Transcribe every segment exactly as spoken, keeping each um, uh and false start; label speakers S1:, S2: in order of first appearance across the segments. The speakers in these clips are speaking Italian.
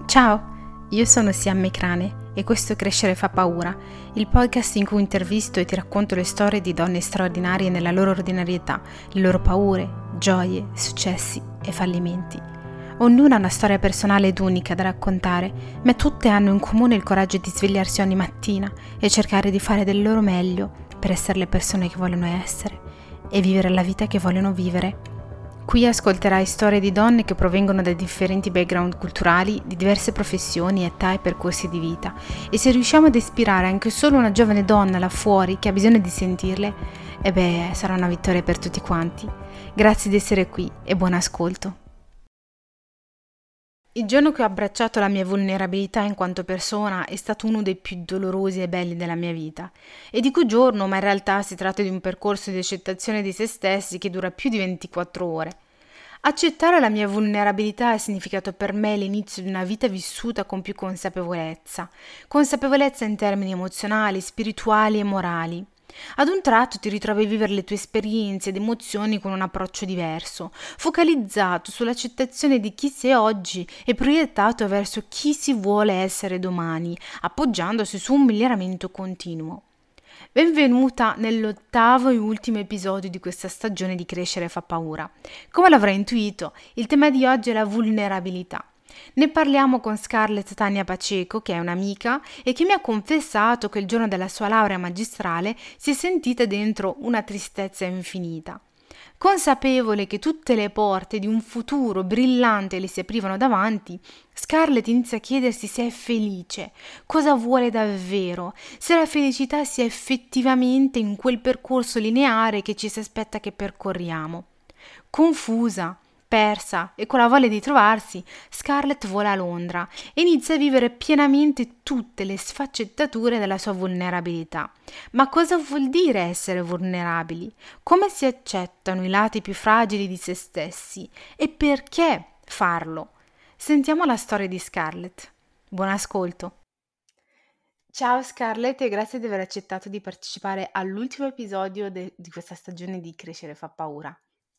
S1: Ciao, io sono Siam Mecrane e questo è Crescere fa paura, il podcast in cui intervisto e ti racconto le storie di donne straordinarie nella loro ordinarietà, le loro paure, gioie, successi e fallimenti. Ognuna ha una storia personale ed unica da raccontare, ma tutte hanno in comune il coraggio di svegliarsi ogni mattina e cercare di fare del loro meglio per essere le persone che vogliono essere e vivere la vita che vogliono vivere. Qui ascolterai storie di donne che provengono da differenti background culturali, di diverse professioni, età e percorsi di vita. E se riusciamo ad ispirare anche solo una giovane donna là fuori che ha bisogno di sentirle, e beh, sarà una vittoria per tutti quanti. Grazie di essere qui e buon ascolto. Il giorno che ho abbracciato la mia vulnerabilità in quanto persona è stato uno dei più dolorosi e belli della mia vita. E dico giorno, ma in realtà si tratta di un percorso di accettazione di se stessi che dura più di ventiquattro ore. Accettare la mia vulnerabilità ha significato per me l'inizio di una vita vissuta con più consapevolezza, consapevolezza in termini emozionali, spirituali e morali. Ad un tratto ti ritrovi a vivere le tue esperienze ed emozioni con un approccio diverso, focalizzato sull'accettazione di chi sei oggi e proiettato verso chi si vuole essere domani, appoggiandosi su un miglioramento continuo. Benvenuta nell'ottavo e ultimo episodio di questa stagione di Crescere fa paura. Come l'avrai intuito, il tema di oggi è la vulnerabilità. Ne parliamo con Scarlett Tania Paceco, che è un'amica e che mi ha confessato che il giorno della sua laurea magistrale si è sentita dentro una tristezza infinita. Consapevole che tutte le porte di un futuro brillante le si aprivano davanti, Scarlett inizia a chiedersi se è felice, cosa vuole davvero, se la felicità sia effettivamente in quel percorso lineare che ci si aspetta che percorriamo. Confusa, persa e con la voglia di trovarsi, Scarlett vola a Londra e inizia a vivere pienamente tutte le sfaccettature della sua vulnerabilità. Ma cosa vuol dire essere vulnerabili? Come si accettano i lati più fragili di se stessi? E perché farlo? Sentiamo la storia di Scarlett. Buon ascolto. Ciao Scarlett e grazie di aver accettato di partecipare all'ultimo episodio de- di questa stagione di Crescere fa paura.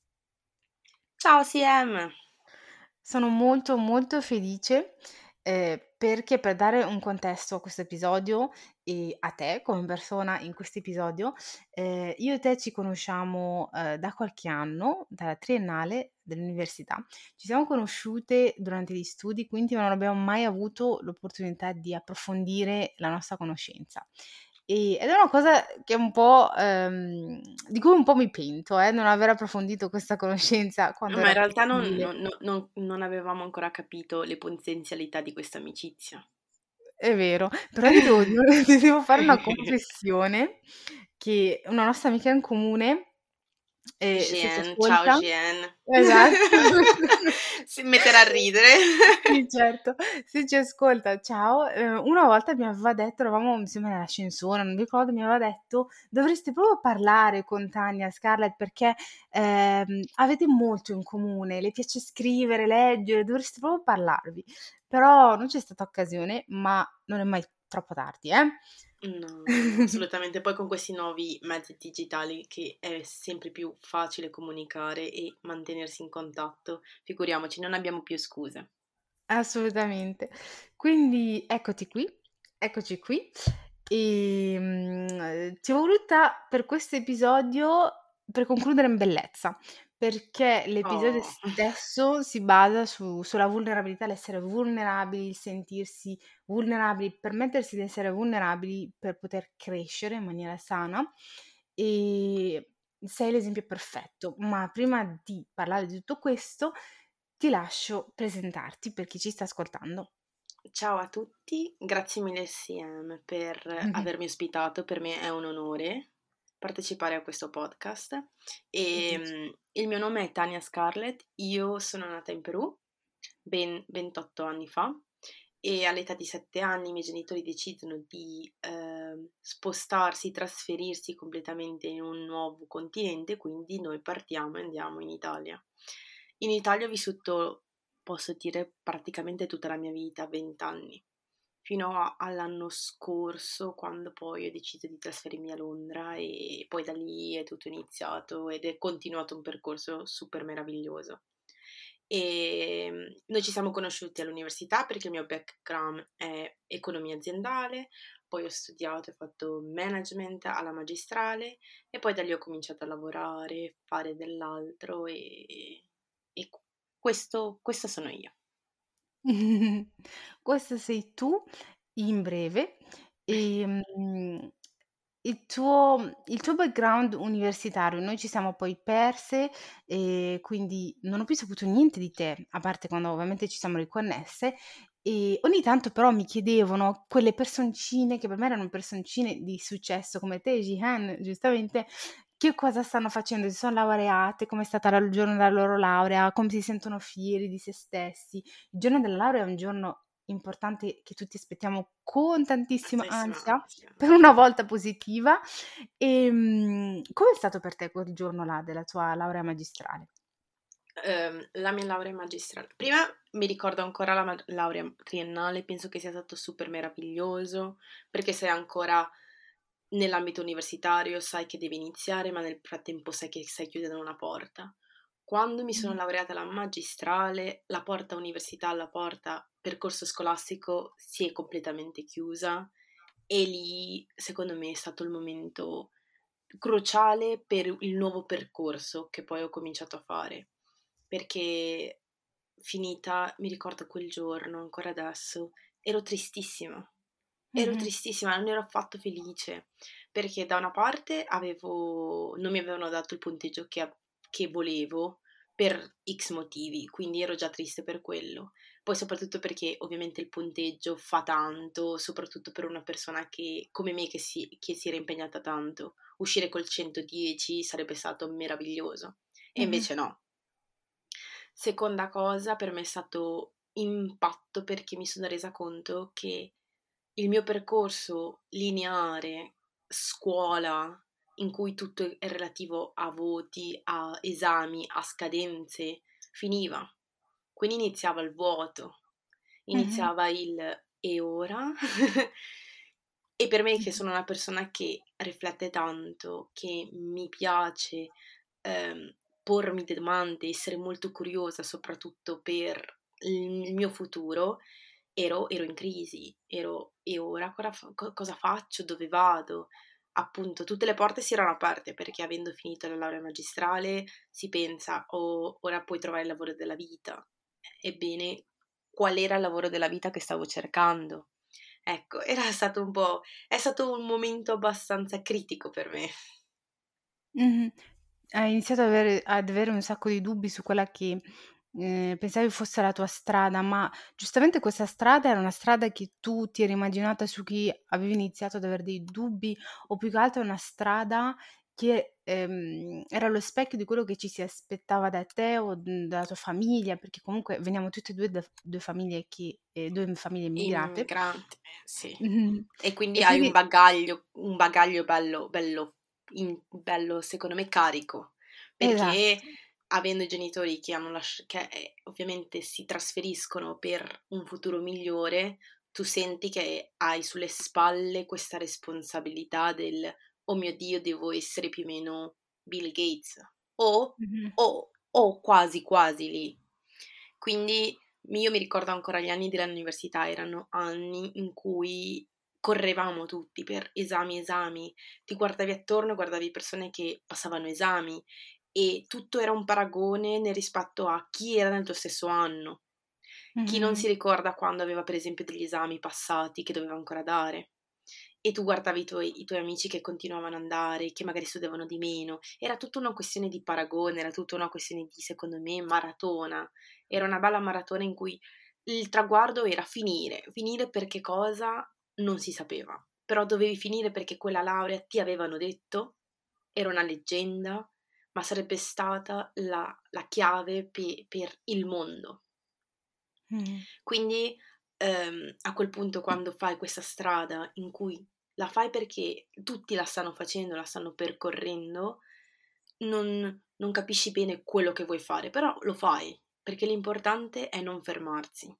S2: Ciao C M!
S1: Sono molto molto felice eh, perché per dare un contesto a questo episodio e a te come persona in questo episodio, eh, io e te ci conosciamo eh, da qualche anno, dalla triennale dell'università. Ci siamo conosciute durante gli studi, quindi non abbiamo mai avuto l'opportunità di approfondire la nostra conoscenza. E- ed è una cosa che un po', ehm, di cui un po' mi pento, eh, non aver approfondito questa conoscenza quando
S2: Ma
S1: era
S2: in realtà non,
S1: possibile.
S2: non- non- non- non avevamo ancora capito le potenzialità di questa amicizia.
S1: È vero, però ti devo dire ti devo fare una confessione, che una nostra amica in comune, ehm, se ci
S2: Jean, ciao
S1: ascolta
S2: Jean.
S1: esatto.
S2: Si metterà a ridere.
S1: Sì, certo, se ci ascolta, ciao, ehm, una volta mi aveva detto, eravamo mi sembra nell'ascensore, non mi ricordo, mi aveva detto: "Dovreste proprio parlare con Tania, Scarlett, perché, ehm, avete molto in comune, le piace scrivere, leggere, dovreste proprio parlarvi". Però non c'è stata occasione, ma non è mai troppo tardi, eh.
S2: No, no, no, assolutamente. Poi con questi nuovi mezzi digitali che è sempre più facile comunicare e mantenersi in contatto, figuriamoci, non abbiamo più scuse.
S1: Assolutamente. Quindi eccoti qui, eccoci qui. Ehm, ti ho voluta per questo episodio per concludere in bellezza, perché l'episodio
S2: Oh.
S1: stesso si basa su sulla vulnerabilità, l'essere vulnerabili, il sentirsi vulnerabili, permettersi di essere vulnerabili per poter crescere in maniera sana. E sei l'esempio perfetto, ma prima di parlare di tutto questo ti lascio presentarti per chi ci sta ascoltando.
S2: Ciao a tutti, grazie mille C M per avermi ospitato, per me è un onore partecipare a questo podcast. E,
S1: Felice.
S2: mm, il mio nome è Tania Scarlett, io sono nata in Perù ben ventotto anni fa e all'età di sette anni i miei genitori decidono di eh, spostarsi, trasferirsi completamente in un nuovo continente, quindi noi partiamo e andiamo in Italia. In Italia ho vissuto, posso dire, praticamente tutta la mia vita, venti anni, fino a- all'anno scorso, quando poi ho deciso di trasferirmi a Londra e poi da lì è tutto iniziato ed è continuato un percorso super meraviglioso. E mm, noi ci siamo conosciuti all'università perché il mio background è economia aziendale, poi ho studiato e fatto management alla magistrale e poi da lì ho cominciato a lavorare, fare dell'altro e, e questo, questo sono io.
S1: Questo sei tu in breve. Ehm, il tuo il tuo background universitario, noi ci siamo poi perse e quindi non ho più saputo niente di te, a parte quando ovviamente ci siamo riconnesse. E ogni tanto però mi chiedevano quelle personcine che per me erano personcine di successo come te, Jihan, giustamente, che cosa stanno facendo, si sono laureate, com'è stata la- il giorno della loro laurea, come si sentono fieri di se stessi. Il giorno della laurea è un giorno importante che tutti aspettiamo con tantissima
S2: Tantissima
S1: ansia,
S2: ansia.
S1: per una volta positiva. Ehm, com'è stato per te quel giorno là della tua laurea magistrale?
S2: Ehm, la mia laurea magistrale. Prima mi ricordo ancora la ma- laurea triennale, penso che sia stato super meraviglioso, perché sei ancora nell'ambito universitario, sai che devi iniziare, ma nel frattempo sai che stai chiudendo una porta. Quando mi sono
S1: Mh.
S2: laureata alla magistrale, la porta università, la porta percorso scolastico si è completamente chiusa e lì, secondo me, è stato il momento cruciale per il nuovo percorso che poi ho cominciato a fare, perché finita, mi ricordo quel giorno, ancora adesso, ero tristissima. Ero
S1: Mh-mh.
S2: tristissima, non ero affatto felice, perché da una parte avevo, non mi avevano dato il punteggio che, che volevo per X motivi, quindi ero già triste per quello. Poi soprattutto perché ovviamente il punteggio fa tanto, soprattutto per una persona che, come me che si, che si era impegnata tanto. Uscire col centodieci sarebbe stato meraviglioso. E
S1: Mh-mh.
S2: invece no. Seconda cosa, per me è stato impatto perché mi sono resa conto che il mio percorso lineare, scuola, in cui tutto è relativo a voti, a esami, a scadenze, finiva. Quindi iniziava il vuoto,
S1: Mh-mh.
S2: iniziava il e ora? E per me, che
S1: Mh-mh.
S2: sono una persona che riflette tanto, che mi piace ehm, pormi delle domande, essere molto curiosa soprattutto per il mio futuro, ero, ero in crisi, ero e ora cosa, fa- co- cosa faccio, dove vado? Appunto, tutte le porte si erano aperte perché avendo finito la laurea magistrale si pensa, oh, ora puoi trovare il lavoro della vita. Ebbene, qual era il lavoro della vita che stavo cercando? Ecco, era stato un po', è stato un momento abbastanza critico per me.
S1: Mh-mh. Hai iniziato ad avere ad avere un sacco di dubbi su quella che, ehm, pensavi fosse la tua strada, ma giustamente questa strada era una strada che tu ti eri immaginata su cui avevi iniziato ad aver dei dubbi, o più che altro è una strada che, ehm, era lo specchio di quello che ci si aspettava da te o, mhmm, dalla tua famiglia, perché comunque veniamo tutte e due da f due famiglie che ehm, due famiglie immigrate.
S2: Immigrante, eh, sì.
S1: Mh-mh.
S2: E quindi
S1: E
S2: hai un
S1: quindi
S2: bagaglio, un bagaglio bello, bello, in- bello secondo me carico, perché
S1: esatto.
S2: avendo i genitori che hanno lasci- che eh, ovviamente si trasferiscono per un futuro migliore, tu senti che hai sulle spalle questa responsabilità del, oh mio Dio, devo essere più o meno Bill Gates, o,
S1: Mh-mh.
S2: o, o quasi quasi lì. Quindi io mi ricordo ancora gli anni dell'università, erano anni in cui correvamo tutti per esami, esami, ti guardavi attorno, guardavi persone che passavano esami e tutto era un paragone nel rispetto a chi era nel tuo stesso anno, chi non
S1: Mh-mh.
S2: si ricorda quando aveva per esempio degli esami passati che doveva ancora dare. E tu guardavi i tuoi, i tuoi amici che continuavano ad andare, che magari studiavano di meno. Era tutta una questione di paragone, era tutta una questione di, secondo me, maratona. Era una bella maratona in cui il traguardo era finire. Finire per che cosa non si sapeva. Però dovevi finire perché quella laurea ti avevano detto, era una leggenda, ma sarebbe stata la, la chiave pe- per il mondo.
S1: Mh-mh.
S2: Quindi ehm, a quel punto quando fai questa strada in cui la fai perché tutti la stanno facendo, la stanno percorrendo, non, non capisci bene quello che vuoi fare, però lo fai, perché l'importante è non fermarsi,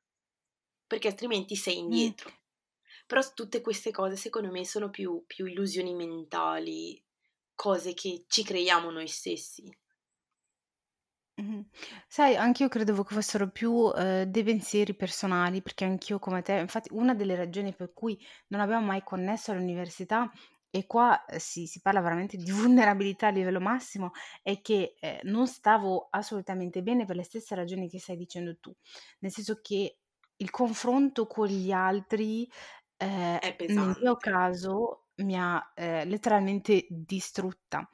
S2: perché altrimenti sei
S1: Mh.
S2: indietro. Però tutte queste cose secondo me sono più, più illusioni mentali, cose che ci creiamo noi stessi.
S1: Mh-mh. Sai, anch'io credevo che fossero più, ehm, dei pensieri personali, perché anch'io come te infatti una delle ragioni per cui non abbiamo mai connesso all'università, e qua, ehm, si si parla veramente di vulnerabilità a livello massimo, è che, ehm, non stavo assolutamente bene per le stesse ragioni che stai dicendo tu. Nel senso che il confronto con gli altri, ehm,
S2: È
S1: nel mio
S2: pesante.
S1: caso mi ha, ehm, letteralmente distrutta.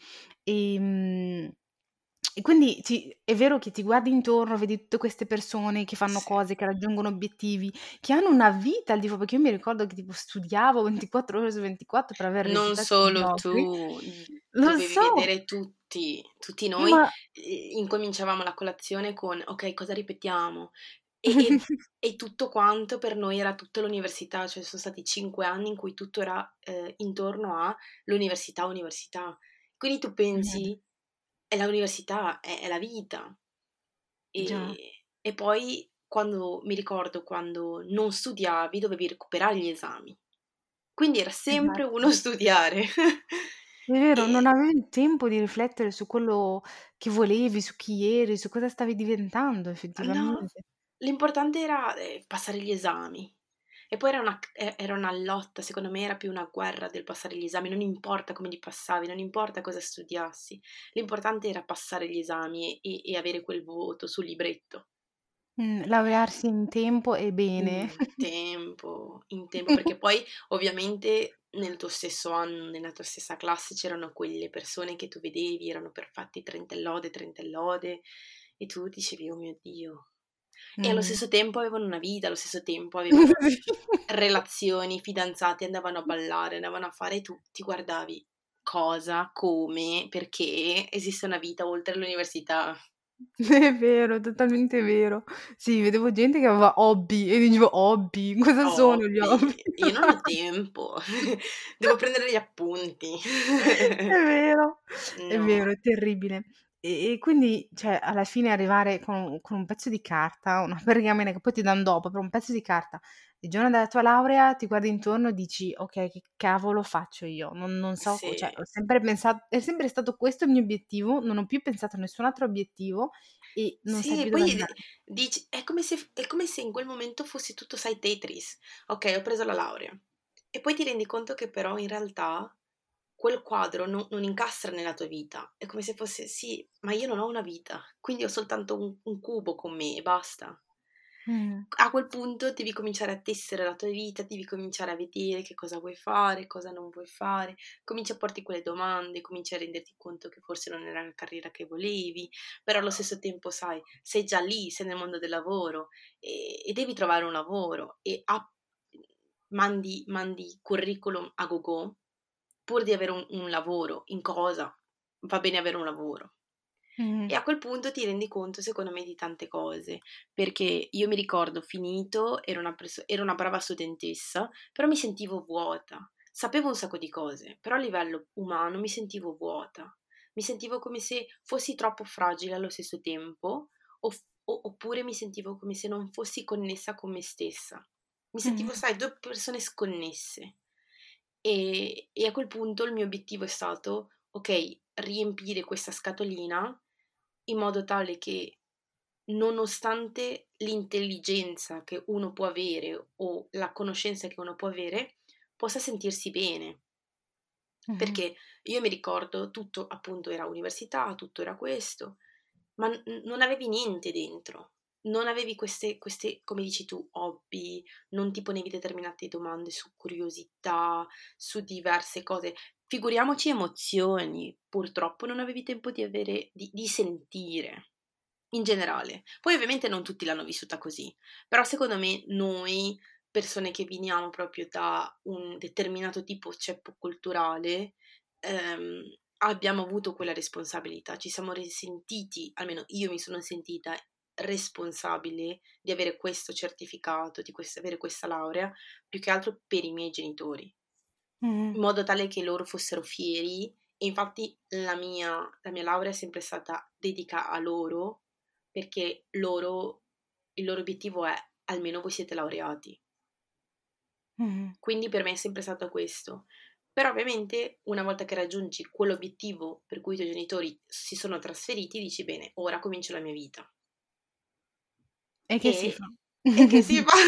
S1: Ehm, e quindi ti è vero che ti guardi intorno, vedi tutte queste persone che fanno
S2: Sì.
S1: cose, che raggiungono obiettivi, che hanno una vita al di fu perché io mi ricordo che tipo studiavo ventiquattro ore su ventiquattro per aver
S2: Non
S1: risultati
S2: solo
S1: mediocri.
S2: tu, mhmm,
S1: Lo
S2: dovevi
S1: so,
S2: vedere tutti, tutti noi,
S1: ma
S2: i incominciavamo la colazione con: "Okay, cosa ripetiamo?" E e e tutto quanto per noi era tutta l'università, cioè son stati cinque anni in cui tutto era, ehm, intorno a l'università, università. Quindi tu
S1: Mh-mh.
S2: pensi: "È la università, è è la vita."
S1: Già,
S2: Ehm, e poi quando mi ricordo quando non studiavi dovevi recuperare gli esami. Quindi era sempre uno
S1: esatto.
S2: studiare.
S1: È vero, non
S2: E
S1: avevi il tempo di riflettere su quello che volevi, su chi eri, su cosa stavi diventando
S2: no,
S1: effettivamente.
S2: l'importante era, ehm, passare gli esami. E poi era una c e era una lotta, secondo me era più una guerra del passare gli esami, non importa come li passavi, non importa cosa studiassi, l'importante era passare gli esami e e avere quel voto sul libretto.
S1: Mh, laurearsi in tempo e bene.
S2: In tempo, in tempo, perché poi ovviamente nel tuo stesso anno, nella tua stessa classe c'erano quelle persone che tu vedevi, erano perfetti trentellode, trentellode e tu dicevi: "Oh mio Dio". E allo
S1: Mh.
S2: stesso tempo avevano una vita, allo stesso tempo avevano
S1: Sì.
S2: relazioni, fidanzati, andavano a ballare, andavano a fare e tu ti guardavi: "Cosa? Come? Perché esiste una vita oltre l'università?"
S1: È vero, totalmente vero. Sì, vedevo gente che aveva hobby e dicevo: "Hobby? Cosa sono gli hobby?"
S2: Hobby, io non ho tempo, devo prendere gli appunti.
S1: È vero, è vero,
S2: No,
S1: è terribile. E e quindi, cioè, alla fine arrivare con con un pezzo di carta, una pergamena che poi ti dan dopo, però un pezzo di carta, il giorno della tua laurea, ti guardi intorno e dici: "Okay, che cavolo faccio io? Non non so co" cioè,
S2: sì.
S1: ho sempre pensa è sempre stato questo il mio obiettivo, non ho più pensato a nessun altro obiettivo e non sai
S2: Sì, e
S1: più dove
S2: poi d
S1: andare.
S2: dici è come se f è come se in quel momento fosse tutto, sai, Tetris. Okay, ho preso la laurea e poi ti rendi conto che però in realtà quel quadro no non incastra nella tua vita. È come se fosse: "Sì, ma io non ho una vita, quindi ho soltanto un un cubo con me e basta."
S1: Mh.
S2: A quel punto devi cominciare a tessere la tua vita, devi cominciare a vedere che cosa vuoi fare, cosa non vuoi fare, cominci a porti quelle domande, cominci a renderti conto che forse non era la carriera che volevi, però allo stesso tempo sai, sei già lì, sei nel mondo del lavoro e, e devi trovare un lavoro e a- mandi, mandi curriculum a go-go pur di avere un, un lavoro, in cosa va bene avere un lavoro.
S1: Mh-mh.
S2: E a quel punto ti rendi conto, secondo me, di tante cose, perché io mi ricordo finito, ero una, perso- ero una brava studentessa, però mi sentivo vuota. Sapevo un sacco di cose, però a livello umano mi sentivo vuota. Mi sentivo come se fossi troppo fragile allo stesso tempo, o- o- oppure mi sentivo come se non fossi connessa con me stessa. Mi sentivo,
S1: Mh-mh.
S2: sai, due persone sconnesse. E, e a quel punto il mio obiettivo è stato, ok, riempire questa scatolina in modo tale che, nonostante l'intelligenza che uno può avere o la conoscenza che uno può avere, possa sentirsi bene.
S1: Mh-mh.
S2: Perché io mi ricordo tutto appunto era università, tutto era questo, ma n non avevi niente dentro. Non avevi queste queste, come dici tu, hobby, non ti ponevi determinate domande su curiosità, su diverse cose. Figuriamoci emozioni, purtroppo non avevi tempo di avere di di sentire, in generale. Poi ovviamente non tutti l'hanno vissuta così, però secondo me noi, persone che veniamo proprio da un determinato tipo ceppo culturale, ehm, abbiamo avuto quella responsabilità, ci siamo risentiti, almeno io mi sono sentita responsabile di avere questo certificato, di quest avere questa laurea, più che altro per i miei genitori,
S1: Mh-mh.
S2: in modo tale che loro fossero fieri e infatti la mia la mia laurea è sempre stata dedica a loro, perché loro il loro obiettivo è: "Almeno voi siete laureati."
S1: Mh-mh.
S2: Quindi per me è sempre stato questo. Però ovviamente una volta che raggiungi quell'obiettivo per cui i tuoi genitori si sono trasferiti, dici bene, ora comincio la mia vita.
S1: E che si
S2: E,
S1: fa?
S2: e che si fa?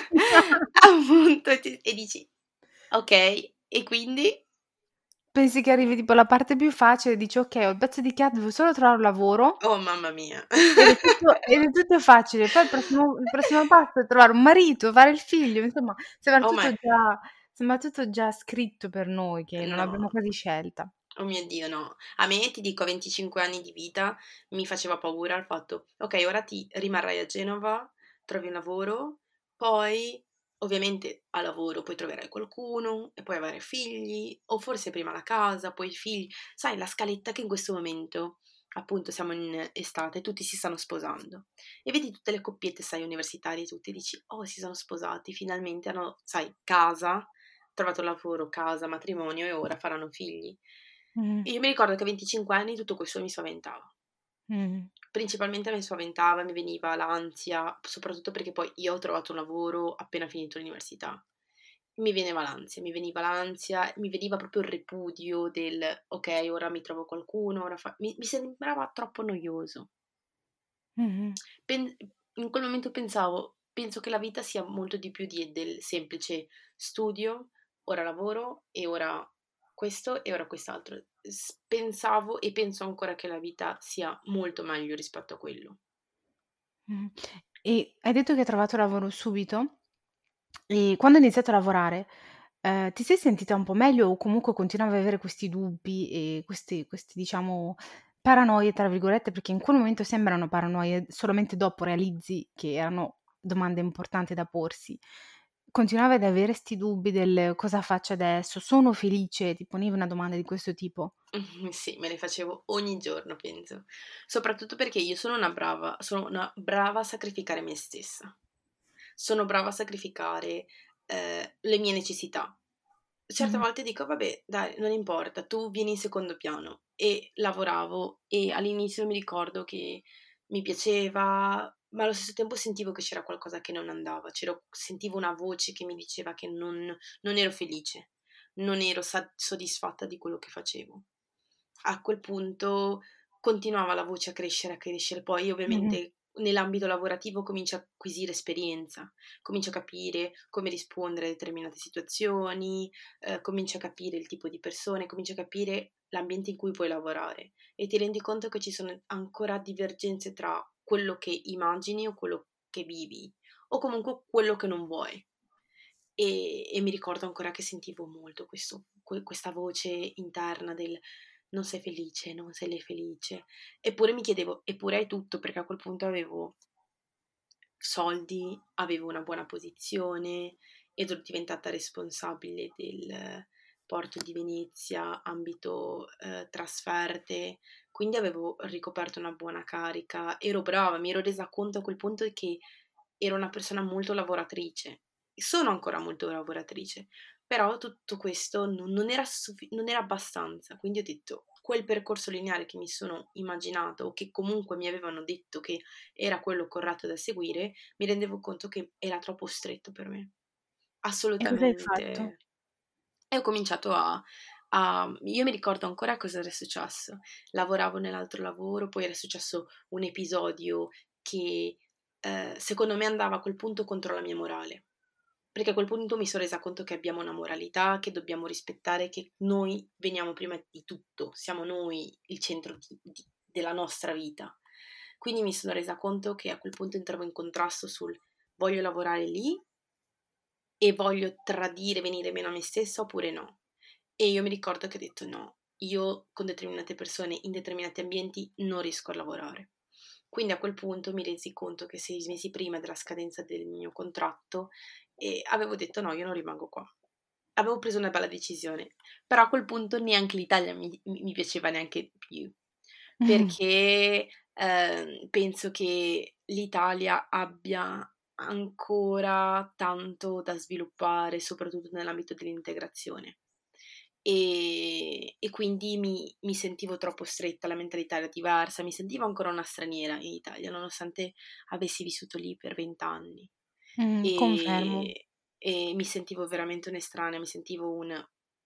S2: Appunto, e, ti- e dici, ok, e quindi?
S1: Pensi che arrivi tipo alla parte più facile, dici: "Okay, ho il pezzo di carta, devo solo trovare un lavoro
S2: Oh mamma mia.
S1: ed è tutto ed è tutto facile". Poi il prossimo il prossimo passo è trovare un marito, fare il figlio, insomma sembra
S2: Oh
S1: tutto
S2: my,
S1: già sembra tutto già scritto per noi, che non
S2: no,
S1: abbiamo quasi scelta.
S2: oh mio Dio, no. A me, ti dico, a venticinque anni di vita mi faceva paura il fatto, ok, ora ti rimarrai a Genova, trovi un lavoro, poi ovviamente a lavoro poi troverai qualcuno e poi avere figli, o forse prima la casa, poi i figli. Sai, la scaletta che in questo momento, appunto, siamo in estate, tutti si stanno sposando. E vedi tutte le coppiette, sai, universitarie, tutti dici, oh, si sono sposati, finalmente hanno, sai, casa, trovato lavoro, casa, matrimonio e ora faranno figli.
S1: Mh,
S2: E io mi ricordo che a venticinque anni tutto questo mi spaventava.
S1: mh,
S2: Principalmente mi spaventava, mi veniva l'ansia, soprattutto perché poi io ho trovato un lavoro appena finito l'università. Mi veniva l'ansia, mi veniva l'ansia, mi veniva proprio il ripudio del ok, ora mi trovo qualcuno, ora fa... mi, mi sembrava troppo noioso.
S1: mh-mh.
S2: Pen- in quel momento pensavo, penso che la vita sia molto di più di- del semplice studio, ora lavoro e ora questo e ora quest'altro. S- Pensavo e penso ancora che la vita sia molto meglio rispetto a quello.
S1: Mh. E hai detto che hai trovato lavoro subito? E quando hai iniziato a lavorare, ehm, ti sei sentita un po' meglio o comunque continuavi ad avere questi dubbi e questi questi diciamo "paranoie" tra virgolette, perché in quel momento sembrano paranoie, solamente dopo realizzi che erano domande importanti da porsi. Continuavi ad avere 'sti dubbi del: "Cosa faccio adesso? Sono felice?" Ti ponevi una domanda di questo tipo?
S2: Mh-mh, sì, me le facevo ogni giorno penso. Soprattutto perché io sono una brava sono una brava a sacrificare me stessa. Sono brava a sacrificare, ehm, le mie necessità. Certe
S1: Mh-mh.
S2: volte dico: "Vabbè dai, non importa, tu vieni in secondo piano." E lavoravo e all'inizio mi ricordo che mi piaceva, ma allo stesso tempo sentivo che c'era qualcosa che non andava, c'ero sentivo una voce che mi diceva che non non ero felice, non ero sa soddisfatta di quello che facevo. A quel punto continuava la voce a crescere, a crescere, poi
S1: Mh-mh.
S2: ovviamente nell'ambito lavorativo cominci a acquisire esperienza, cominci a capire come rispondere a determinate situazioni, eh, cominci a capire il tipo di persone, cominci a capire l'ambiente in cui puoi lavorare e ti rendi conto che ci sono ancora divergenze tra quello che immagini o quello che vivi o comunque quello che non vuoi. E, e mi ricordo ancora che sentivo molto questo, que- questa voce interna del non sei felice, non sei lei felice. Eppure mi chiedevo, eppure hai tutto, perché a quel punto avevo soldi, avevo una buona posizione ed ero diventata responsabile del porto di Venezia, ambito eh, trasferte, quindi avevo ricoperto una buona carica, ero brava, mi ero resa conto a quel punto che ero una persona molto lavoratrice, sono ancora molto lavoratrice, però tutto questo non, non era suffi- non era abbastanza, quindi ho detto quel percorso lineare che mi sono immaginato o che comunque mi avevano detto che era quello corretto da seguire, mi rendevo conto che era troppo stretto per me.
S1: E cosa hai fatto?
S2: Assolutamente. E ho cominciato a, a- io mi ricordo ancora cosa era successo. Lavoravo nell'altro lavoro, poi era successo un episodio che eh, secondo me andava a quel punto contro la mia morale. Perché a quel punto mi sono resa conto che abbiamo una moralità, che dobbiamo rispettare, che noi veniamo prima di tutto, siamo noi il centro di- di- della nostra vita. Quindi mi sono resa conto che a quel punto entravo in contrasto sul voglio lavorare lì e voglio tradire, venire meno a me stessa oppure no. E io mi ricordo che ho detto no, io con determinate persone in determinati ambienti non riesco a lavorare. Quindi a quel punto mi resi conto che sei mesi prima della scadenza del mio contratto e avevo detto no, io non rimango qua. Avevo preso una bella decisione, però a quel punto neanche l'Italia mi, mi piaceva neanche più, perché ehm, penso che l'Italia abbia ancora tanto da sviluppare, soprattutto nell'ambito dell'integrazione. E, e quindi mi, mi sentivo troppo stretta, la mentalità era diversa, mi sentivo ancora una straniera in Italia, nonostante avessi vissuto lì per vent'anni.
S1: Mh, confermo.
S2: E, e mi sentivo veramente un'estranea, mi sentivo un,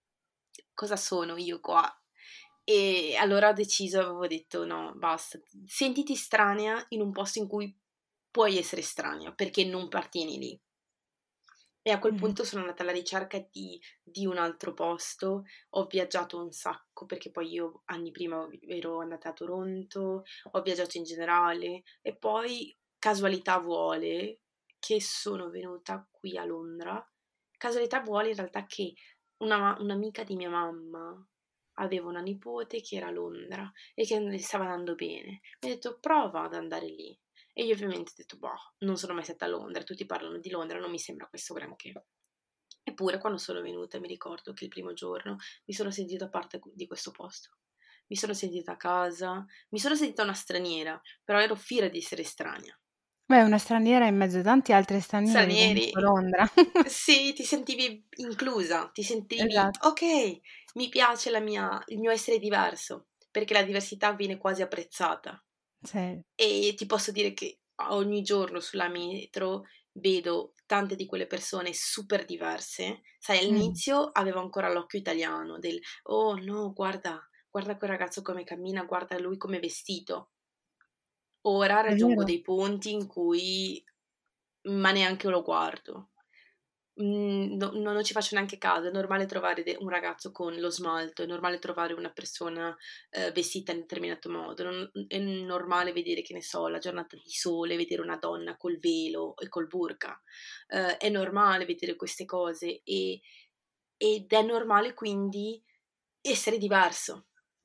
S2: cosa sono io qua? E allora ho deciso, avevo detto no, basta, sentiti estranea in un posto in cui puoi essere estranea, perché non appartieni lì. E a quel
S1: Mh-mh.
S2: punto sono andata alla ricerca di, di un altro posto, ho viaggiato un sacco, perché poi io anni prima ero andata a Toronto, ho viaggiato in generale e poi casualità vuole che sono venuta qui a Londra. Casualità vuole in realtà che una, un'amica di mia mamma aveva una nipote che era a Londra e che le stava andando bene. Mi ha detto prova ad andare lì. E io ovviamente ho detto, boh, non sono mai stata a Londra, tutti parlano di Londra, non mi sembra questo granché. Eppure quando sono venuta mi ricordo che il primo giorno mi sono sentita parte di questo posto. Mi sono sentita a casa, mi sono sentita una straniera, però ero fiera di essere estranea.
S1: Beh, una straniera in mezzo a tanti altri stranieri, comunque
S2: Stranieri,
S1: Londra.
S2: sì, ti sentivi inclusa, ti sentivi,
S1: Esatto,
S2: ok, mi piace la mia, il mio essere diverso, perché la diversità viene quasi apprezzata.
S1: sì.
S2: E ti posso dire che ogni giorno sulla metro vedo tante di quelle persone super diverse. Sai,
S1: Mh,
S2: all'inizio avevo ancora l'occhio italiano del oh no, guarda, guarda quel ragazzo come cammina, guarda lui come è vestito. Ora
S1: è
S2: raggiungo
S1: vero.
S2: dei punti in cui ma neanche lo guardo. Mhmm, no no non ci faccio neanche caso, è normale trovare de un ragazzo con lo smalto, è normale trovare una persona, ehm, vestita in determinato modo, non è normale vedere, che ne so, la giornata di sole, vedere una donna col velo e col burqa. Ehm, è normale vedere queste cose e ed è normale quindi essere diverso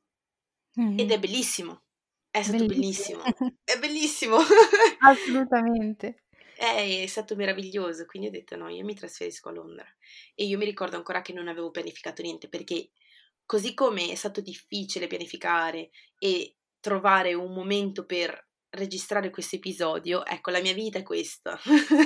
S2: ed
S1: Mh-mh.
S2: è bellissimo. È stato
S1: Bellissimo.
S2: bellissimo. È bellissimo.
S1: Assolutamente.
S2: Eh, è stato meraviglioso, quindi ho detto: "No, io mi trasferisco a Londra". E io mi ricordo ancora che non avevo pianificato niente, perché così come è stato difficile pianificare e trovare un momento per registrare questo episodio, ecco la mia vita è questa.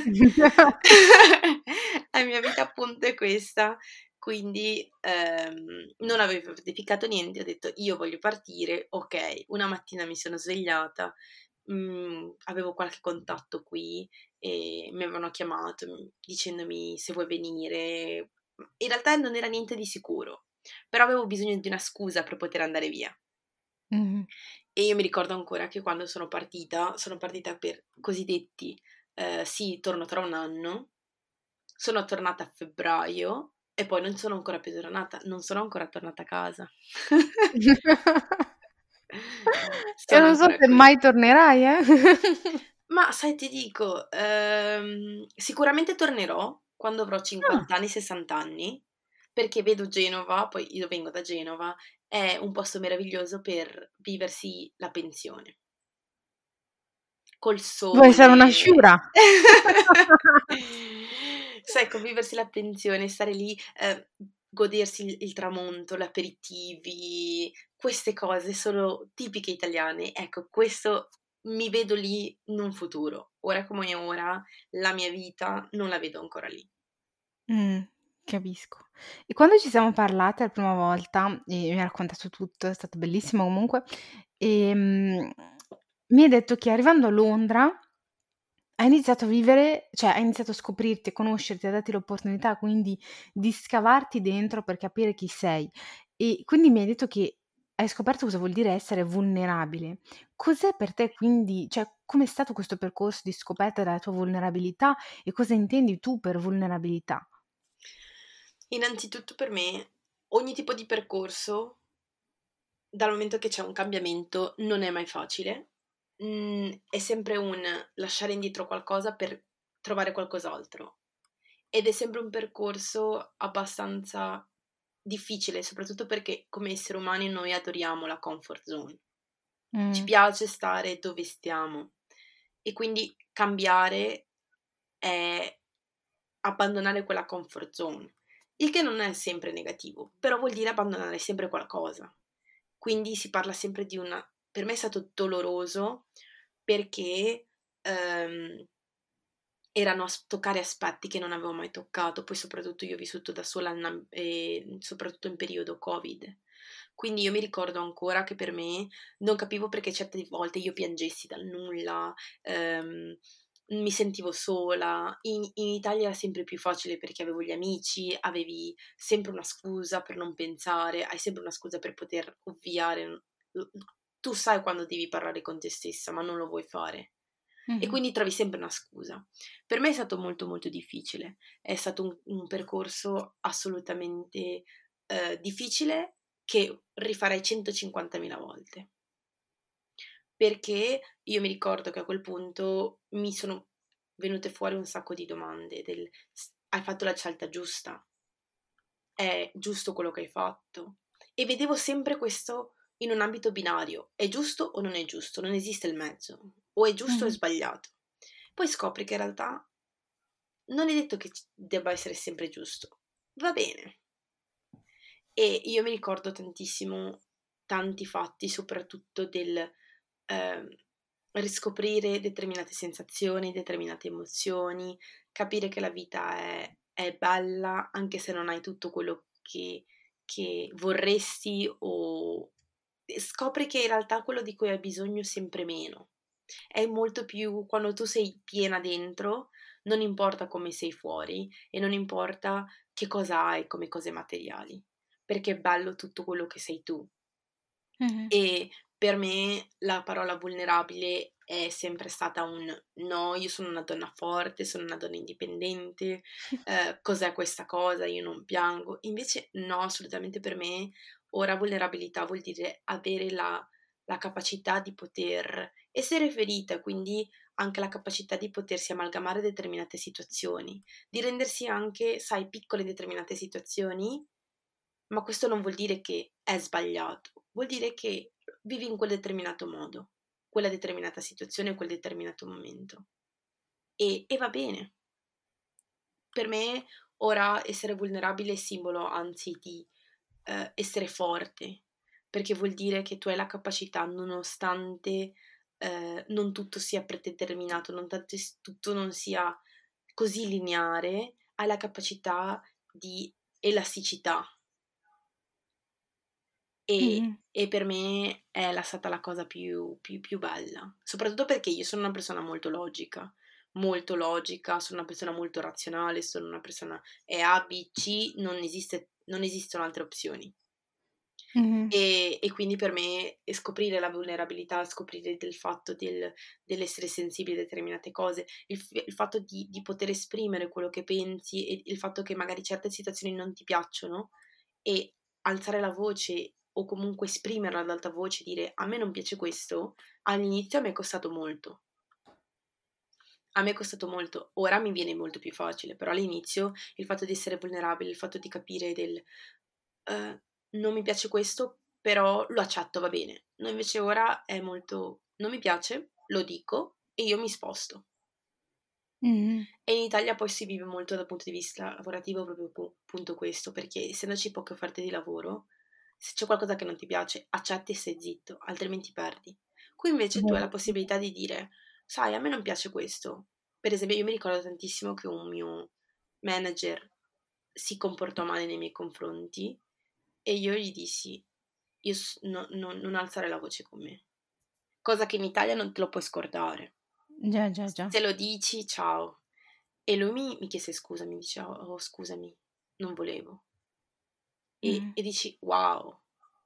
S2: La mia vita appunto è questa, quindi, ehm, non avevo pianificato niente, ho detto: "Io voglio partire". Okay, una mattina mi sono svegliata, mhmm, avevo qualche contatto qui e mi avevano chiamato, mhmm, dicendomi se vuoi venire. In realtà non era niente di sicuro, però avevo bisogno di una scusa per poter andare via.
S1: Mh-mh.
S2: E io mi ricordo ancora che quando sono partita, sono partita per cosiddetti, ehm, sì, torno tra un anno, sono tornata a febbraio e poi non sono ancora più tornata, non sono ancora tornata a casa.
S1: E
S2: Sono
S1: non so
S2: ancora
S1: se
S2: qui.
S1: mai tornerai, eh.
S2: Ma sai, ti dico, ehm, sicuramente tornerò quando avrò
S1: Ah,
S2: cinquanta anni, sessanta anni, perché vedo Genova, poi io vengo da Genova, è un posto meraviglioso per viversi la pensione. Col
S1: vuoi essere una
S2: sole.
S1: sciura?
S2: Sai, ecco, viversi la pensione, stare lì, ehm, godersi il il tramonto, l'aperitivi, queste cose sono tipiche italiane. Ecco, questo mi vedo lì in un futuro. Ora come ora, la mia vita non la vedo ancora lì.
S1: Mh, capisco. E quando ci siamo parlate la prima volta e mi hai raccontato tutto, è stato bellissimo comunque, ehm, mi hai detto che arrivando a Londra hai iniziato a vivere, cioè hai iniziato a scoprirti, a conoscerti, a darti l'opportunità quindi di scavarti dentro per capire chi sei. E quindi mi hai detto che hai scoperto cosa vuol dire essere vulnerabile. Cos'è per te quindi, cioè com'è stato questo percorso di scoperta della tua vulnerabilità e cosa intendi tu per vulnerabilità?
S2: Innanzitutto per me ogni tipo di percorso, dal momento che c'è un cambiamento, non è mai facile. Mhmm, è sempre un lasciare indietro qualcosa per trovare qualcos'altro. Ed è sempre un percorso abbastanza difficile, soprattutto perché come esseri umani noi adoriamo la comfort zone. Ci
S1: Mh,
S2: piace stare dove stiamo e quindi cambiare è abbandonare quella comfort zone, il che non è sempre negativo, però vuol dire abbandonare sempre qualcosa. Quindi si parla sempre di una per me è stato doloroso perché, ehm erano as toccare aspetti che non avevo mai toccato, poi soprattutto io ho vissuto da sola na ehm, soprattutto in periodo Covid. Quindi io mi ricordo ancora che per me non capivo perché certe volte io piangessi dal nulla, ehm, mi sentivo sola. In, in Italia era sempre più facile perché avevo gli amici, avevi sempre una scusa per non pensare, hai sempre una scusa per poter ovviare. Tu sai quando devi parlare con te stessa, ma non lo vuoi fare. E
S1: Mhm.
S2: quindi trovi sempre una scusa. Per me è stato molto molto difficile, è stato un, un percorso assolutamente eh, difficile che rifarei centocinquantamila volte. Perché io mi ricordo che a quel punto mi sono venute fuori un sacco di domande del hai fatto la scelta giusta? È giusto quello che hai fatto? E vedevo sempre questo in un ambito binario, è giusto o non è giusto, non esiste il mezzo, o è giusto o è
S1: Mhm.
S2: sbagliato. Poi scopri che in realtà non è detto che debba essere sempre giusto. Va bene. E io mi ricordo tantissimo tanti fatti, soprattutto del ehm, riscoprire determinate sensazioni, determinate emozioni, capire che la vita è, è bella anche se non hai tutto quello che, che vorresti o scopri che in realtà quello di cui hai bisogno è sempre meno. È molto più quando tu sei piena dentro, non importa come sei fuori e non importa che cosa hai come cose materiali, perché è bello tutto quello che sei tu.
S1: Mhm.
S2: E per me la parola vulnerabile è sempre stata un no, io sono una donna forte, sono una donna indipendente, eh, cos'è questa cosa? Io non piango. Invece no, assolutamente per me ora vulnerabilità vuol dire avere la, la capacità di poter essere ferita, quindi anche la capacità di potersi amalgamare a determinate situazioni, di rendersi anche, sai, piccole determinate situazioni, ma questo non vuol dire che è sbagliato, vuol dire che vivi in quel determinato modo, quella determinata situazione, quel determinato momento. E, e va bene. Per me ora essere vulnerabile è simbolo, anzi, di eh, essere forte, perché vuol dire che tu hai la capacità, nonostante eh, non tutto sia predeterminato, nonostante tutto non sia così lineare, hai la capacità di elasticità. E,
S1: Mhm.
S2: e per me è la, stata la cosa più, più, più bella, soprattutto perché io sono una persona molto logica, molto logica, sono una persona molto razionale, sono una persona è A, B, C, non esiste, non esistono altre opzioni.
S1: Mhm.
S2: E, e quindi per me scoprire la vulnerabilità, scoprire del fatto del, dell'essere sensibile a determinate cose, il, il fatto di, di poter esprimere quello che pensi e il fatto che magari certe situazioni non ti piacciono e alzare la voce o comunque esprimerla ad alta voce, dire a me non piace questo, all'inizio mi è costato molto. A me è costato molto, ora mi viene molto più facile, però all'inizio il fatto di essere vulnerabile, il fatto di capire del eh, non mi piace questo, però lo accetto, va bene. No, invece ora è molto non mi piace, lo dico e io mi sposto.
S1: Mhm.
S2: E in Italia poi si vive molto dal punto di vista lavorativo proprio pu- appunto questo, perché essendoci poche offerte di lavoro, se c'è qualcosa che non ti piace, accetti e stai zitto, altrimenti perdi. Qui invece tu hai la
S1: Verissimo.
S2: possibilità di dire, sai, a me non piace questo. Per esempio, io mi ricordo tantissimo che un mio manager si comportò male nei miei confronti e io gli dissi, io s- no- no- non alzare la voce con me. Cosa che in Italia non te lo puoi scordare.
S1: Già, già, già.
S2: Se lo dici, ciao. E lui mi, mi chiese scusa, mi dice, oh, oh, scusami, non volevo. E,
S1: Mhm.
S2: e dici, wow,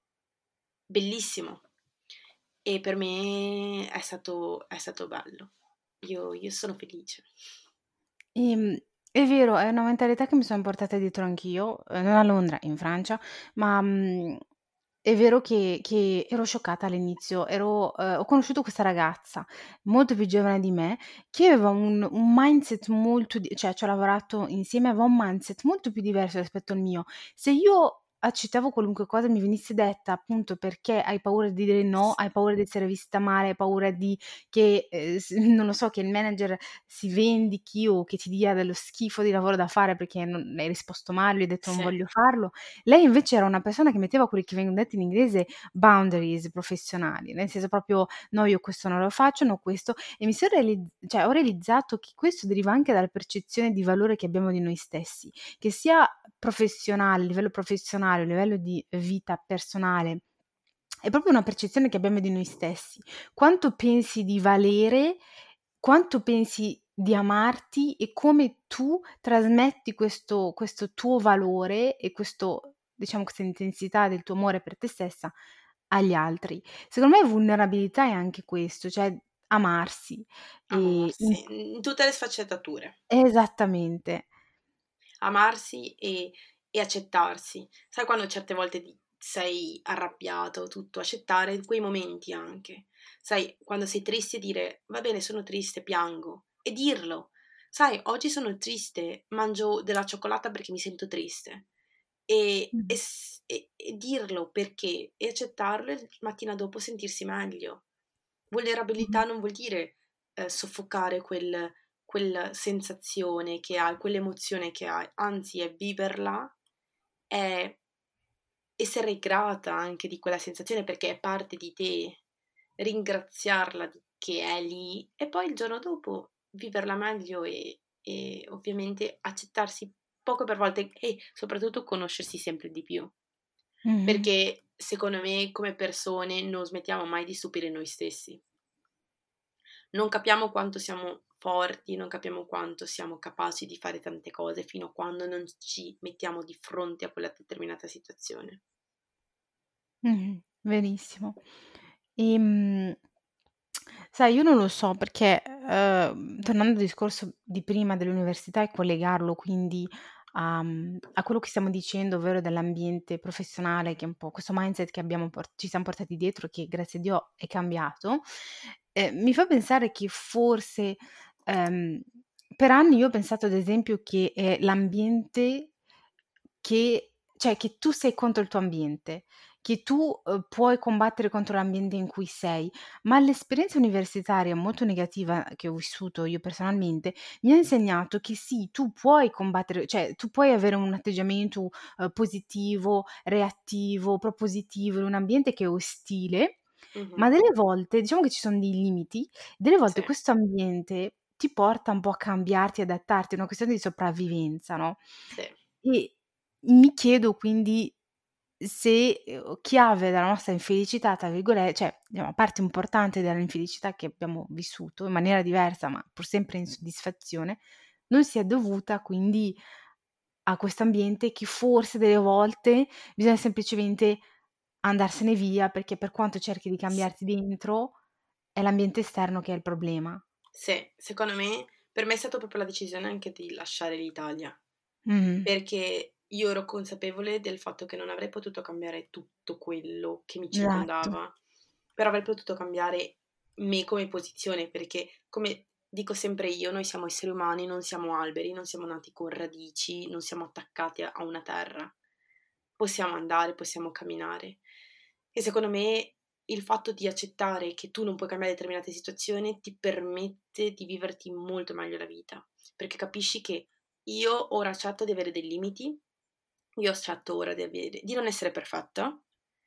S2: bellissimo. E per me è stato, è stato bello. Io, io sono felice.
S1: Ehm, è vero, è una mentalità che mi son portata dietro anch'io, ehm, non a Londra, in Francia, ma, mhmm, è vero che che ero scioccata all'inizio, ero ehm, ho conosciuto questa ragazza molto più giovane di me, che aveva un un mindset molto di cioè ci ho lavorato insieme, aveva un mindset molto più diverso rispetto al mio. Se io accettavo qualunque cosa mi venisse detta, appunto perché hai paura di dire no, hai paura di essere vista male, hai paura di che, ehm, s non lo so, che il manager si vendichi o che ti dia dello schifo di lavoro da fare perché non hai risposto male, gli hai detto: "Non
S2: Sì,
S1: voglio farlo". Lei invece era una persona che metteva quelli che vengono detti in inglese boundaries professionali, nel senso proprio: "No, io questo non lo faccio, no questo", e mi son realiz cioè ho realizzato che questo deriva anche dalla percezione di valore che abbiamo di noi stessi, che sia professionale, a livello professionale, a livello di vita personale, è proprio una percezione che abbiamo di noi stessi. Quanto pensi di valere, quanto pensi di amarti e come tu trasmetti questo questo tuo valore e questo diciamo questa intensità del tuo amore per te stessa agli altri. Secondo me vulnerabilità è anche questo, cioè amarsi e in
S2: Amarsi, in tutte le sfaccettature.
S1: esattamente.
S2: Amarsi e e accettarsi. Sai quando certe volte ti sei arrabbiato, tutto, accettare quei momenti anche. Sai, quando sei triste dire: "Va bene, sono triste, piango", e dirlo. "Sai, oggi sono triste, mangio della cioccolata perché mi sento triste." E e
S1: Mh.
S2: s e e dirlo perché e accettarlo e il mattina dopo sentirsi meglio.
S1: Mh-mh.
S2: Vulnerabilità non vuol dire, ehm, soffocare quel quella sensazione che hai, quell'emozione che hai, anzi è viverla, è essere grata anche di quella sensazione perché è parte di te, ringraziarla di che è lì e poi il giorno dopo viverla meglio e e ovviamente accettarsi poco per volta e soprattutto conoscersi sempre di più.
S1: Mh-mh.
S2: Perché secondo me come persone non smettiamo mai di stupire noi stessi. Non capiamo quanto siamo forti, non capiamo quanto siamo capaci di fare tante cose fino a quando non ci mettiamo di fronte a quella determinata situazione.
S1: Mh-mh. Verissimo. Ehm, sai, io non lo so perché, uhm, tornando al discorso di prima dell'università e collegarlo quindi a mhmm, a quello che stiamo dicendo, ovvero dell'ambiente professionale che è un po' questo mindset che abbiamo por ci siam portati dietro che grazie a Dio è cambiato, ehm, mi fa pensare che forse, ehm, per anni io ho pensato ad esempio che è l'ambiente che cioè che tu sei contro il tuo ambiente, che tu, uhm, puoi combattere contro l'ambiente in cui sei, ma l'esperienza universitaria molto negativa che ho vissuto io personalmente, mi ha insegnato che sì, tu puoi combattere cioè tu puoi avere un atteggiamento, uhm, positivo, reattivo, propositivo in un ambiente che è ostile, ma
S2: Mh-mh.
S1: delle volte diciamo che ci son dei limiti, delle volte
S2: Sì,
S1: questo ambiente ti porta un po' a cambiarti, adattarti, è una questione di sopravvivenza, no,
S2: sì,
S1: e mi chiedo quindi se, uhm, chiave della nostra "infelicità" tra virgole cioè, diciamo parte importante dell'infelicità che abbiamo vissuto in maniera diversa, ma pur sempre insoddisfazione, non sia dovuta quindi a questo ambiente che forse delle volte bisogna semplicemente andarsene via, perché per quanto cerchi di
S2: s
S1: cambiarti dentro, è l'ambiente esterno che è il problema.
S2: sì, secondo me per me è stato proprio la decisione anche di lasciare l'Italia,
S1: Mh-mh.
S2: perché io ero consapevole del fatto che non avrei potuto cambiare tutto quello che mi
S1: Esatto.
S2: circondava, però avrei potuto cambiare me come posizione, perché come dico sempre io, noi siamo esseri umani, non siamo alberi, non siamo nati con radici, non siamo attaccati a a una terra. Possiamo andare, possiamo camminare. E secondo me il fatto di accettare che tu non puoi cambiare determinate situazioni ti permette di viverti molto meglio la vita, perché capisci che io ora accetto di avere dei limiti, io accetto ora di avere di non essere perfetta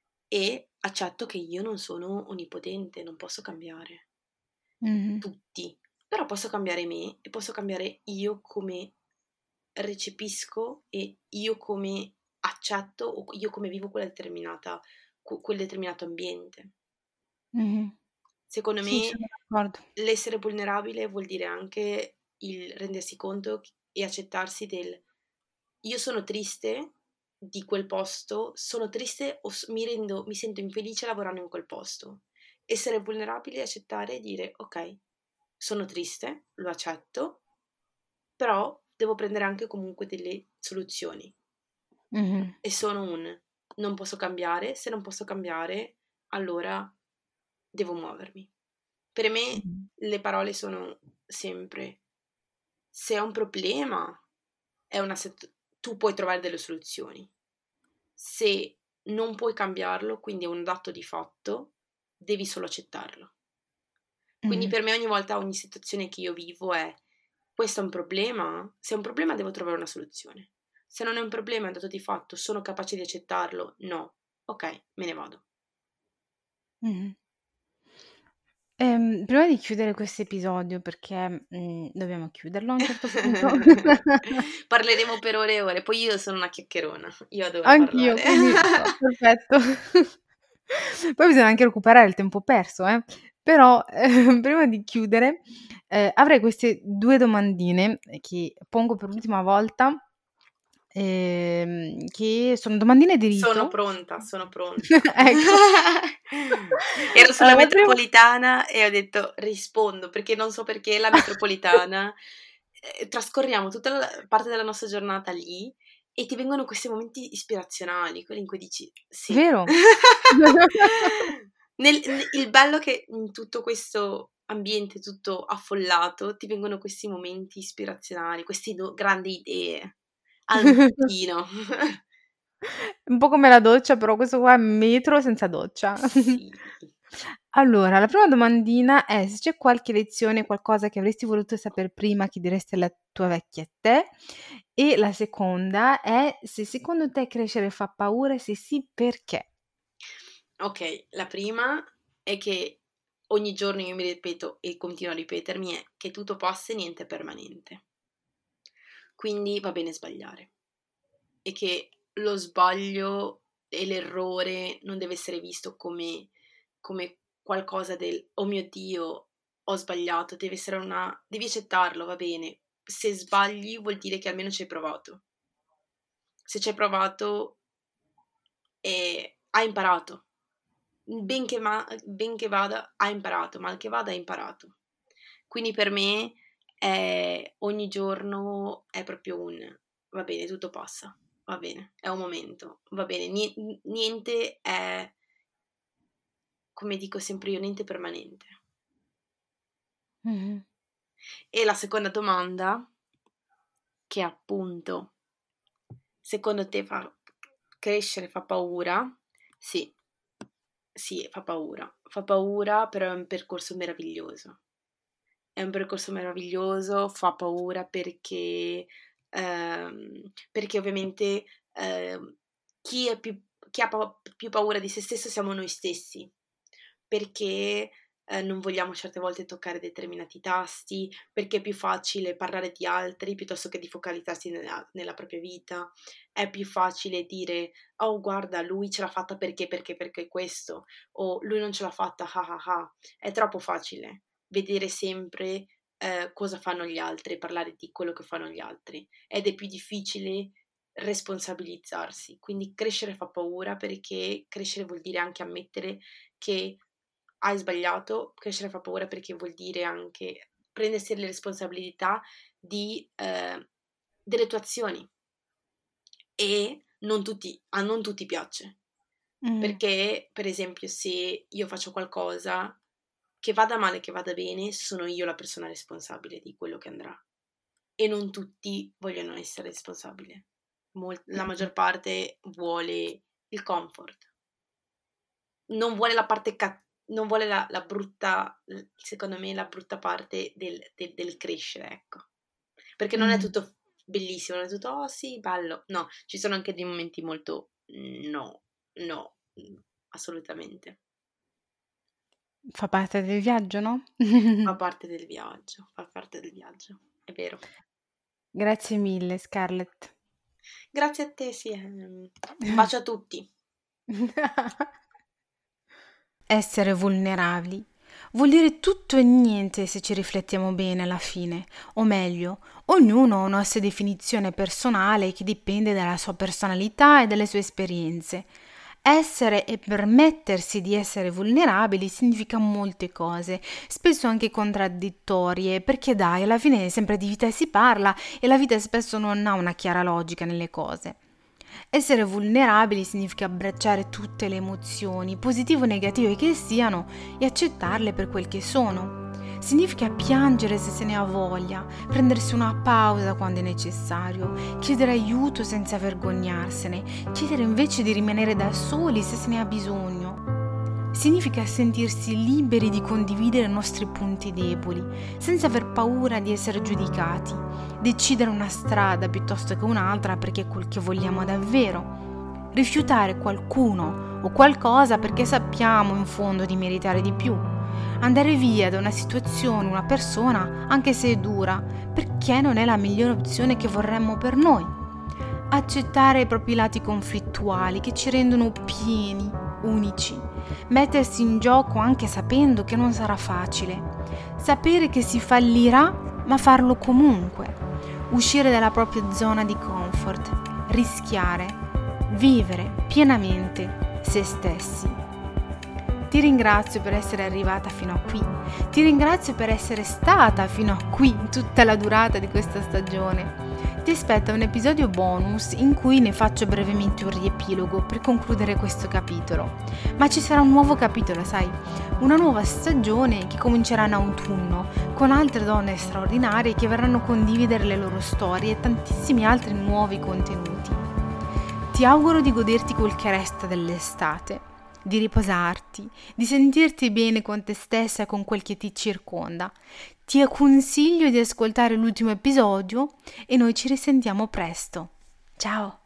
S2: e accetto che io non sono onnipotente, non posso cambiare
S1: Mh-mh.
S2: tutti, però posso cambiare me e posso cambiare io come recepisco e io come accetto o io come vivo quella determinata cu quel determinato ambiente.
S1: Mh-mh.
S2: Secondo
S1: Sì,
S2: me
S1: sono d'accordo.
S2: l'essere vulnerabile vuol dire anche il rendersi conto ch e accettarsi del: "Io sono triste di quel posto, sono triste o s mi rendo mi sento infelice lavorando in quel posto." Essere vulnerabili e accettare e dire: "Okay, sono triste, lo accetto, però devo prendere anche comunque delle soluzioni."
S1: Mh-mh.
S2: E sono un: non posso cambiare, se non posso cambiare allora devo muovermi. Per me
S1: Mh-mh.
S2: le parole sono sempre: se è un problema è una set tu puoi trovare delle soluzioni. Se non puoi cambiarlo, quindi è un dato di fatto, devi solo accettarlo. Quindi
S1: Mh-mh.
S2: per me ogni volta, ogni situazione che io vivo è: questo è un problema? Se è un problema devo trovare una soluzione. Se non è un problema, è un dato di fatto, sono capace di accettarlo? No. Okay, me ne vado.
S1: Mh-mh. Ehm, prima di chiudere questo episodio, perché, mhmm, dobbiamo chiuderlo a un certo punto.
S2: Parleremo per ore e ore, poi io sono una chiacchierona, io adoro
S1: Anch'io,
S2: parlare.
S1: quindi va perfetto. Poi bisogna anche recuperare il tempo perso, eh. Però eh, prima di chiudere eh, avrei queste due domandine che pongo per l'ultima volta, ehm, che sono domandine di
S2: Sono
S1: rito.
S2: pronta, sono pronta.
S1: Ecco.
S2: Ero sulla
S1: Allora, la prima...
S2: metropolitana e ho detto rispondo, perché non so perché la metropolitana, eh, trascorriamo tutta la parte della nostra giornata lì e ti vengono questi momenti ispirazionali, quelli in cui dici sì.
S1: Vero?
S2: Nel, n- il bello è che in tutto questo ambiente tutto affollato ti vengono questi momenti ispirazionali, queste do- grandi idee al mattino.
S1: Un po' come la doccia, però questo qua è metro senza doccia.
S2: Sì.
S1: Allora, la prima domandina è se c'è qualche lezione, qualcosa che avresti voluto sapere prima che diresti alla tua vecchia te. E la seconda è se secondo te crescere fa paura e se sì, perché?
S2: Ok, la prima è che ogni giorno io mi ripeto e continuo a ripetermi è che tutto passa e niente è permanente. Quindi va bene sbagliare. E che lo sbaglio e l'errore non deve essere visto come, come qualcosa del oh mio Dio, ho sbagliato, deve essere una... devi accettarlo, va bene. Se sbagli vuol dire che almeno ci hai provato. Se ci hai provato e hai imparato. Ben che, ma- ben che vada, hai imparato, mal che vada, hai imparato. Quindi per me è, ogni giorno è proprio un va bene, tutto passa, va bene, è un momento, va bene, nie- niente è, come dico sempre io, niente è permanente.
S1: Mhm.
S2: E la seconda domanda, che appunto, secondo te fa crescere, fa paura? Sì, sì, fa paura. Fa paura, però è un percorso meraviglioso. È un percorso meraviglioso, fa paura perché, ehm, perché ovviamente ehm, chi, è più, chi ha pa- più paura di se stesso siamo noi stessi, perché eh, non vogliamo certe volte toccare determinati tasti, perché è più facile parlare di altri piuttosto che di focalizzarsi nella, nella propria vita, è più facile dire, oh guarda, lui ce l'ha fatta perché, perché, perché questo, o lui non ce l'ha fatta, ah ah ah, è troppo facile vedere sempre eh, cosa fanno gli altri, parlare di quello che fanno gli altri ed è più difficile responsabilizzarsi. Quindi crescere fa paura perché crescere vuol dire anche ammettere che hai sbagliato, crescere fa paura perché vuol dire anche prendersi le responsabilità di, eh, delle tue azioni e non tutti, a non tutti piace.
S1: Mhm.
S2: Perché, per esempio, se io faccio qualcosa che vada male, che vada bene, sono io la persona responsabile di quello che andrà. E non tutti vogliono essere responsabili. Mol- la
S1: Mhm.
S2: maggior parte vuole il comfort. Non vuole la parte cattiva. Non vuole la, la brutta, secondo me, la brutta parte del, del, del crescere, ecco. Perché non è
S1: Mhm.
S2: tutto bellissimo, non è tutto, oh sì, bello. No, ci sono anche dei momenti molto, no, no, assolutamente.
S1: Fa parte del viaggio, no?
S2: Fa parte del viaggio, fa parte del viaggio, è vero.
S1: Grazie mille, Scarlett.
S2: Grazie a te, sì. ehm, Un bacio a tutti.
S1: Essere vulnerabili vuol dire tutto e niente se ci riflettiamo bene alla fine, o meglio, ognuno ha una sua definizione personale che dipende dalla sua personalità e dalle sue esperienze. Essere e permettersi di essere vulnerabili significa molte cose, spesso anche contraddittorie, perché dai, alla fine sempre di vita si parla e la vita spesso non ha una chiara logica nelle cose. Essere vulnerabili significa abbracciare tutte le emozioni, positive o negative che siano, e accettarle per quel che sono. Significa piangere se se ne ha voglia, prendersi una pausa quando è necessario, chiedere aiuto senza vergognarsene, chiedere invece di rimanere da soli se se ne ha bisogno. Significa sentirsi liberi di condividere i nostri punti deboli, senza aver paura di essere giudicati, decidere una strada piuttosto che un'altra perché è quel che vogliamo davvero, rifiutare qualcuno o qualcosa perché sappiamo in fondo di meritare di più, andare via da una situazione, una persona, anche se è dura, perché non è la migliore opzione che vorremmo per noi, accettare i propri lati conflittuali che ci rendono pieni, unici, mettersi in gioco anche sapendo che non sarà facile, sapere che si fallirà ma farlo comunque, uscire dalla propria zona di comfort, rischiare, vivere pienamente se stessi. Ti ringrazio per essere arrivata fino a qui, ti ringrazio per essere stata fino a qui tutta la durata di questa stagione. Ti aspetta un episodio bonus in cui ne faccio brevemente un riepilogo per concludere questo capitolo. Ma ci sarà un nuovo capitolo, sai? Una nuova stagione che comincerà in autunno, con altre donne straordinarie che verranno a condividere le loro storie e tantissimi altri nuovi contenuti. Ti auguro di goderti quel che resta dell'estate, di riposarti, di sentirti bene con te stessa e con quel che ti circonda. Ti consiglio di ascoltare l'ultimo episodio e noi ci risentiamo presto. Ciao!